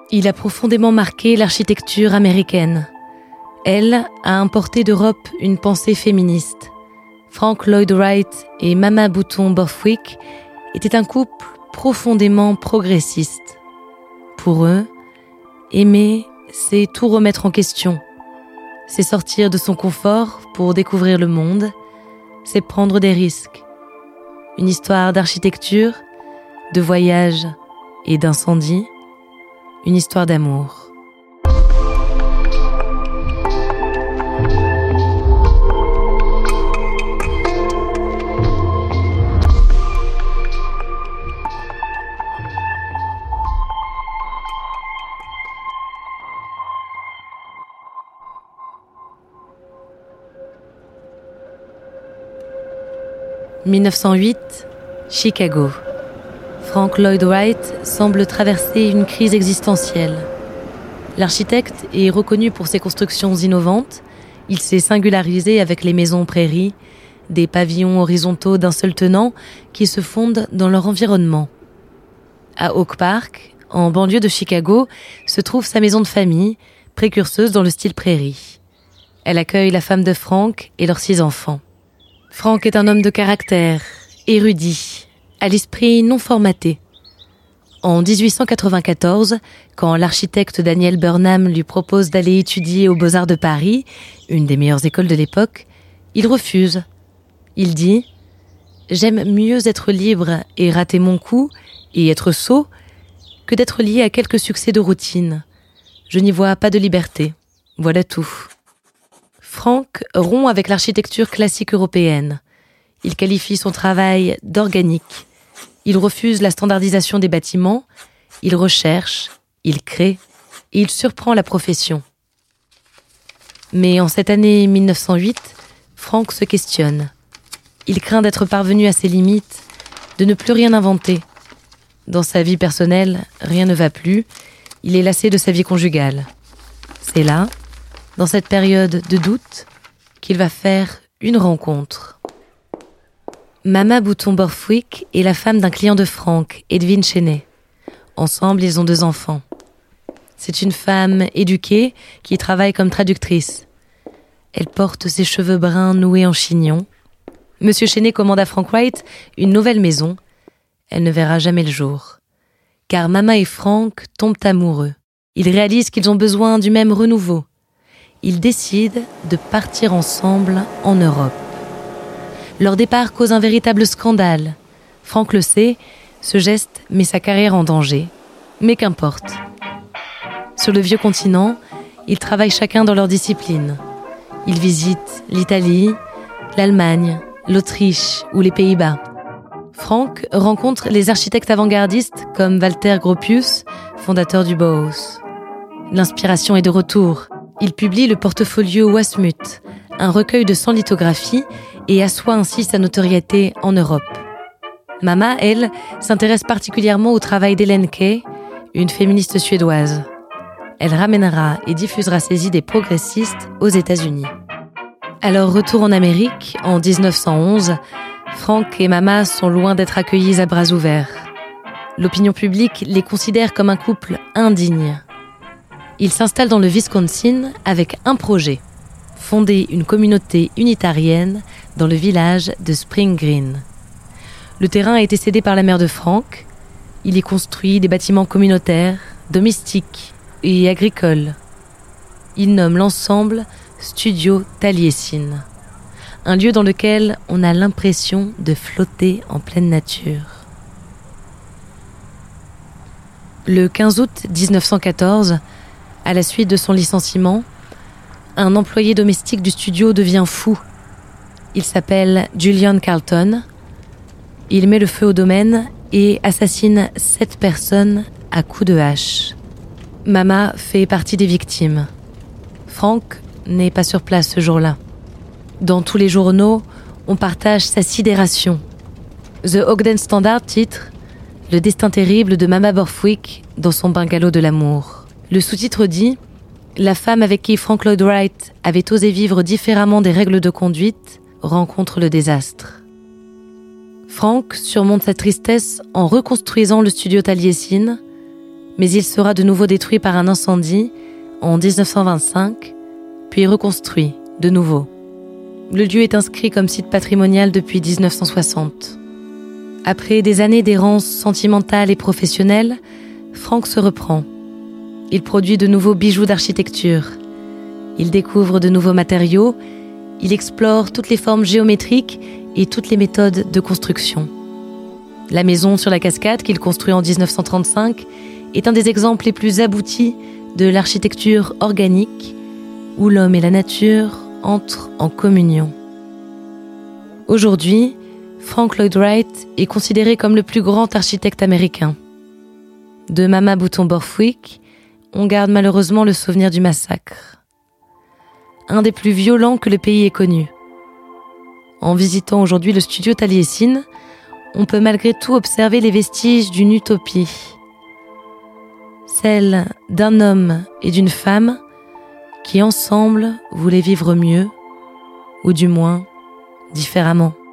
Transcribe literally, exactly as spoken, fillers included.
Il a profondément marqué l'architecture américaine. Elle a importé d'Europe une pensée féministe. Frank Lloyd Wright et Mama Bouton Borthwick étaient un couple profondément progressiste. Pour eux, aimer, c'est tout remettre en question. C'est sortir de son confort pour découvrir le monde. C'est prendre des risques. Une histoire d'architecture, de voyage et d'incendie. Une histoire d'amour. mille neuf cent huit, Chicago. Frank Lloyd Wright semble traverser une crise existentielle. L'architecte est reconnu pour ses constructions innovantes. Il s'est singularisé avec les maisons prairies, des pavillons horizontaux d'un seul tenant qui se fondent dans leur environnement. À Oak Park, en banlieue de Chicago, se trouve sa maison de famille, précurseuse dans le style prairie. Elle accueille la femme de Frank et leurs six enfants. Frank est un homme de caractère, érudit, à l'esprit non formaté. En dix-huit cent quatre-vingt-quatorze, quand l'architecte Daniel Burnham lui propose d'aller étudier aux Beaux-Arts de Paris, une des meilleures écoles de l'époque, il refuse. Il dit « J'aime mieux être libre et rater mon coup et être sot que d'être lié à quelques succès de routine. Je n'y vois pas de liberté. Voilà tout. » Frank rompt avec l'architecture classique européenne. Il qualifie son travail d'organique. Il refuse la standardisation des bâtiments. Il recherche, il crée et il surprend la profession. Mais en cette année mille neuf cent huit, Frank se questionne. Il craint d'être parvenu à ses limites, de ne plus rien inventer. Dans sa vie personnelle, rien ne va plus. Il est lassé de sa vie conjugale. C'est là, dans cette période de doute, qu'il va faire une rencontre. Mama Bouton Borthwick est la femme d'un client de Frank, Edwin Cheney. Ensemble, ils ont deux enfants. C'est une femme éduquée qui travaille comme traductrice. Elle porte ses cheveux bruns noués en chignon. Monsieur Cheney commande à Frank Wright une nouvelle maison. Elle ne verra jamais le jour. Car Mama et Frank tombent amoureux. Ils réalisent qu'ils ont besoin du même renouveau. Ils décident de partir ensemble en Europe. Leur départ cause un véritable scandale. Frank le sait, ce geste met sa carrière en danger. Mais qu'importe. Sur le vieux continent, ils travaillent chacun dans leur discipline. Ils visitent l'Italie, l'Allemagne, l'Autriche ou les Pays-Bas. Frank rencontre les architectes avant-gardistes comme Walter Gropius, fondateur du Bauhaus. L'inspiration est de retour. Il publie le portfolio Wasmuth, un recueil de cent lithographies, et assoit ainsi sa notoriété en Europe. Mama, elle, s'intéresse particulièrement au travail d'Hélène Kay, une féministe suédoise. Elle ramènera et diffusera ses idées progressistes aux États-Unis. À leur retour en Amérique, en dix-neuf cent onze, Frank et Mama sont loin d'être accueillis à bras ouverts. L'opinion publique les considère comme un couple indigne. Ils s'installent dans le Wisconsin avec un projet, fonder une communauté unitarienne dans le village de Spring Green. Le terrain a été cédé par la mère de Frank. Il y construit des bâtiments communautaires, domestiques et agricoles. Il nomme l'ensemble Studio Taliesin, un lieu dans lequel on a l'impression de flotter en pleine nature. Le quinze août dix-neuf cent quatorze, à la suite de son licenciement, un employé domestique du studio devient fou. Il s'appelle Julian Carlton. Il met le feu au domaine et assassine sept personnes à coups de hache. Mama fait partie des victimes. Frank n'est pas sur place ce jour-là. Dans tous les journaux, on partage sa sidération. The Ogden Standard titre « Le destin terrible de Mama Borthwick dans son bungalow de l'amour ». Le sous-titre dit « La femme avec qui Frank Lloyd Wright avait osé vivre différemment des règles de conduite rencontre le désastre ». Frank surmonte sa tristesse en reconstruisant le studio Taliesin, mais il sera de nouveau détruit par un incendie en dix-neuf cent vingt-cinq, puis reconstruit de nouveau. Le lieu est inscrit comme site patrimonial depuis dix-neuf cent soixante. Après des années d'errance sentimentale et professionnelle, Frank se reprend. Il produit de nouveaux bijoux d'architecture. Il découvre de nouveaux matériaux. Il explore toutes les formes géométriques et toutes les méthodes de construction. La maison sur la cascade qu'il construit en dix-neuf cent trente-cinq est un des exemples les plus aboutis de l'architecture organique où l'homme et la nature entrent en communion. Aujourd'hui, Frank Lloyd Wright est considéré comme le plus grand architecte américain. De Mama Bouton Borthwick, on garde malheureusement le souvenir du massacre. Un des plus violents que le pays ait connu. En visitant aujourd'hui le studio Taliesin, on peut malgré tout observer les vestiges d'une utopie. Celle d'un homme et d'une femme qui ensemble voulaient vivre mieux, ou du moins différemment.